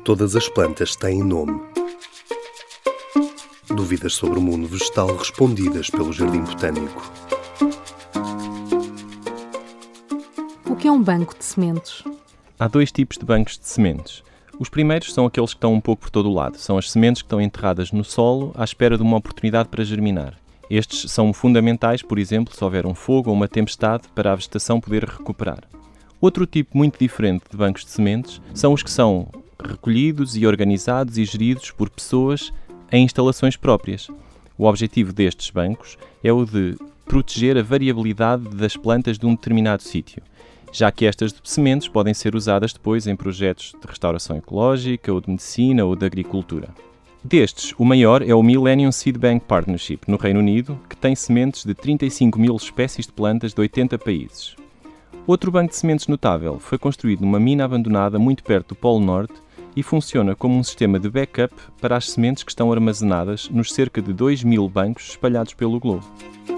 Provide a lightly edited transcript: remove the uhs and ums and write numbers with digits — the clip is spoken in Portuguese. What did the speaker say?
Todas as plantas têm nome. Dúvidas sobre o mundo vegetal respondidas pelo Jardim Botânico. O que é um banco de sementes? Há dois tipos de bancos de sementes. Os primeiros são aqueles que estão um pouco por todo o lado. São as sementes que estão enterradas no solo à espera de uma oportunidade para germinar. Estes são fundamentais, por exemplo, se houver um fogo ou uma tempestade, para a vegetação poder recuperar. Outro tipo muito diferente de bancos de sementes são os que são recolhidos e organizados e geridos por pessoas em instalações próprias. O objetivo destes bancos é o de proteger a variabilidade das plantas de um determinado sítio, já que estas sementes podem ser usadas depois em projetos de restauração ecológica, ou de medicina, ou de agricultura. Destes, o maior é o Millennium Seed Bank Partnership, no Reino Unido, que tem sementes de 35 mil espécies de plantas de 80 países. Outro banco de sementes notável foi construído numa mina abandonada muito perto do Polo Norte e funciona como um sistema de backup para as sementes que estão armazenadas nos cerca de 2.000 bancos espalhados pelo globo.